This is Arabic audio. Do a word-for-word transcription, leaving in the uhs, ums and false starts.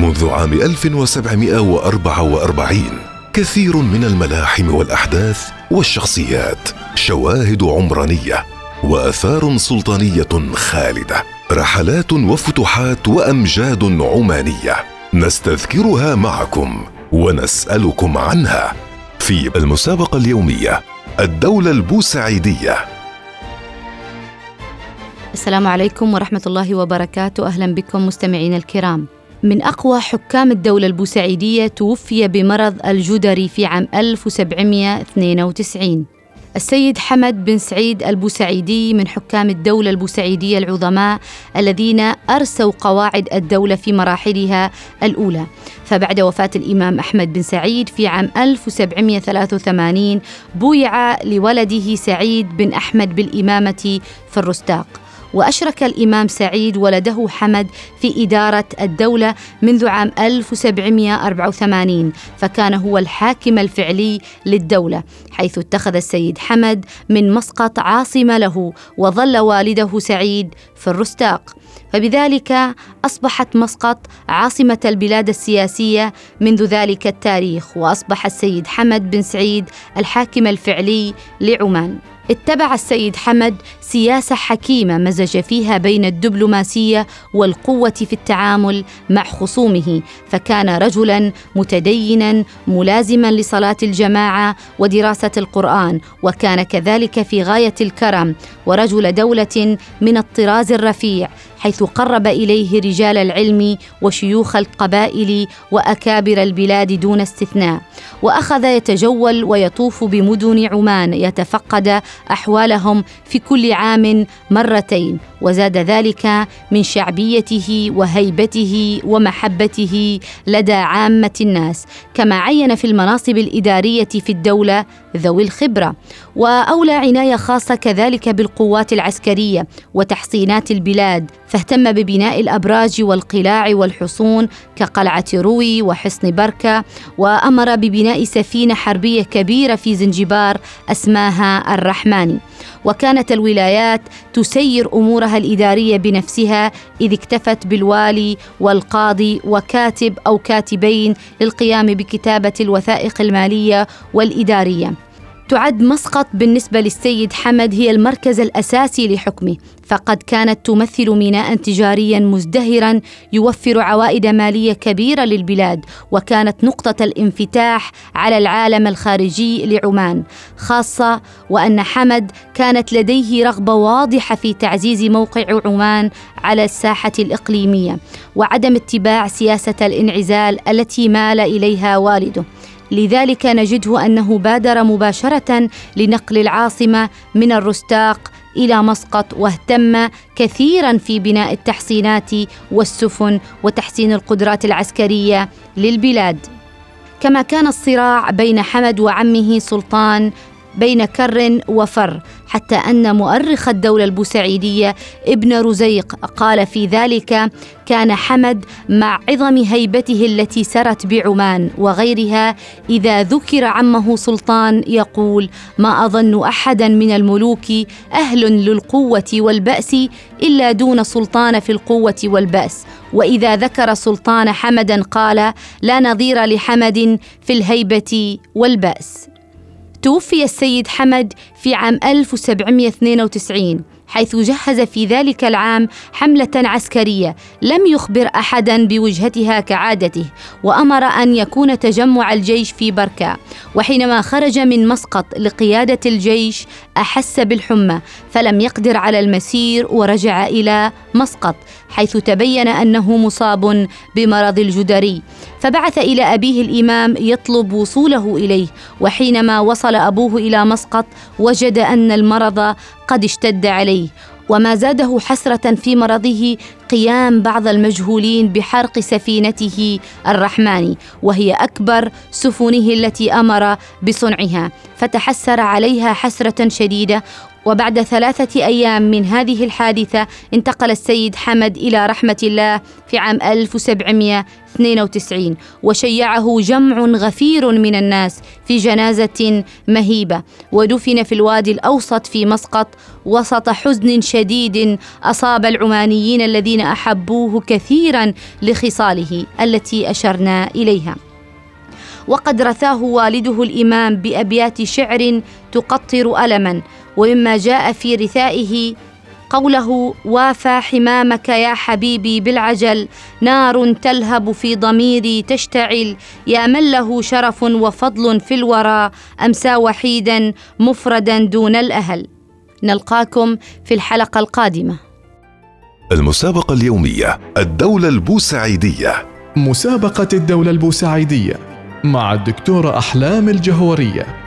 منذ عام ألف وسبعمائة وأربعة وأربعين كثير من الملاحم والأحداث والشخصيات، شواهد عمرانية وآثار سلطانية خالدة، رحلات وفتوحات وأمجاد عمانية نستذكرها معكم ونسألكم عنها في المسابقة اليومية الدولة البوسعيدية. السلام عليكم ورحمة الله وبركاته. أهلا بكم مستمعين الكرام. من أقوى حكام الدولة البوسعيدية توفي بمرض الجدري في عام ألف وسبعمائة واثنين وتسعين السيد حمد بن سعيد البوسعيدي، من حكام الدولة البوسعيدية العظماء الذين أرسوا قواعد الدولة في مراحلها الأولى. فبعد وفاة الإمام أحمد بن سعيد في عام ألف وسبعمائة وثلاثة وثمانين بويع لولده سعيد بن أحمد بالإمامة في الرستاق، وأشرك الإمام سعيد ولده حمد في إدارة الدولة منذ عام ألف وسبعمائة وأربعة وثمانين، فكان هو الحاكم الفعلي للدولة، حيث اتخذ السيد حمد من مسقط عاصمة له، وظل والده سعيد في الرستاق، فبذلك أصبحت مسقط عاصمة البلاد السياسية منذ ذلك التاريخ، وأصبح السيد حمد بن سعيد الحاكم الفعلي لعمان. اتبع السيد حمد سياسة حكيمة مزج فيها بين الدبلوماسية والقوة في التعامل مع خصومه، فكان رجلاً متديناً ملازماً لصلاة الجماعة ودراسة القرآن، وكان كذلك في غاية الكرم، ورجل دولة من الطراز الرفيع، حيث قرب إليه رجال العلم وشيوخ القبائل وأكابر البلاد دون استثناء، وأخذ يتجول ويطوف بمدن عمان يتفقد أحوالهم في كل عام مرتين، وزاد ذلك من شعبيته وهيبته ومحبته لدى عامة الناس، كما عين في المناصب الإدارية في الدولة ذوي الخبرة، وأولى عناية خاصة كذلك بالقوات العسكرية وتحصينات البلاد، فاهتم ببناء الأبراج والقلاع والحصون كقلعة روي وحصن بركة، وأمر ببناء سفينة حربية كبيرة في زنجبار اسمها الرحماني. وكانت الولايات تسير أمورها الإدارية بنفسها، إذ اكتفت بالوالي والقاضي وكاتب أو كاتبين للقيام بكتابة الوثائق المالية والإدارية. تعد مسقط بالنسبة للسيد حمد هي المركز الأساسي لحكمه، فقد كانت تمثل ميناء تجاريا مزدهرا يوفر عوائد مالية كبيرة للبلاد، وكانت نقطة الانفتاح على العالم الخارجي لعمان، خاصة وأن حمد كانت لديه رغبة واضحة في تعزيز موقع عمان على الساحة الإقليمية، وعدم اتباع سياسة الانعزال التي مال إليها والده. لذلك نجده أنه بادر مباشرة لنقل العاصمة من الرستاق إلى مسقط، واهتم كثيرا في بناء التحصينات والسفن وتحسين القدرات العسكرية للبلاد. كما كان الصراع بين حمد وعمه سلطان بين كر وفر، حتى أن مؤرخ الدولة البوسعيدية ابن رزيق قال في ذلك: كان حمد مع عظم هيبته التي سرت بعمان وغيرها إذا ذكر عمه سلطان يقول: ما أظن أحدا من الملوك أهل للقوة والبأس إلا دون سلطان في القوة والبأس. وإذا ذكر سلطان حمدا قال: لا نظير لحمد في الهيبة والبأس. توفي السيد حمد في عام ألف وسبعمائة واثنين وتسعين، حيث جهز في ذلك العام حملة عسكرية لم يخبر أحدا بوجهتها كعادته، وأمر أن يكون تجمع الجيش في بركة. وحينما خرج من مسقط لقيادة الجيش أحس بالحمى، فلم يقدر على المسير ورجع إلى مسقط، حيث تبين أنه مصاب بمرض الجدري، فبعث إلى أبيه الإمام يطلب وصوله إليه. وحينما وصل أبوه إلى مسقط وجد أن المرض قد اشتد عليه، وما زاده حسرة في مرضه قيام بعض المجهولين بحرق سفينته الرحماني، وهي أكبر سفنه التي أمر بصنعها، فتحسر عليها حسرة شديدة، وبعد ثلاثة أيام من هذه الحادثة انتقل السيد حمد إلى رحمة الله في عام ألف وسبعمائة واثنين وتسعين، وشيعه جمع غفير من الناس في جنازة مهيبة، ودفن في الوادي الأوسط في مسقط وسط حزن شديد أصاب العمانيين الذين أحبوه كثيرا لخصاله التي أشرنا إليها. وقد رثاه والده الإمام بأبيات شعر تقطر ألما، ومما جاء في رثائه قوله: وافى حمامك يا حبيبي بالعجل، نار تلهب في ضميري تشتعل، يا من له شرف وفضل في الورى، أمسى وحيدا مفردا دون الأهل. نلقاكم في الحلقة القادمة. المسابقة اليومية الدولة البوسعيدية. مسابقة الدولة البوسعيدية مع الدكتورة أحلام الجهورية.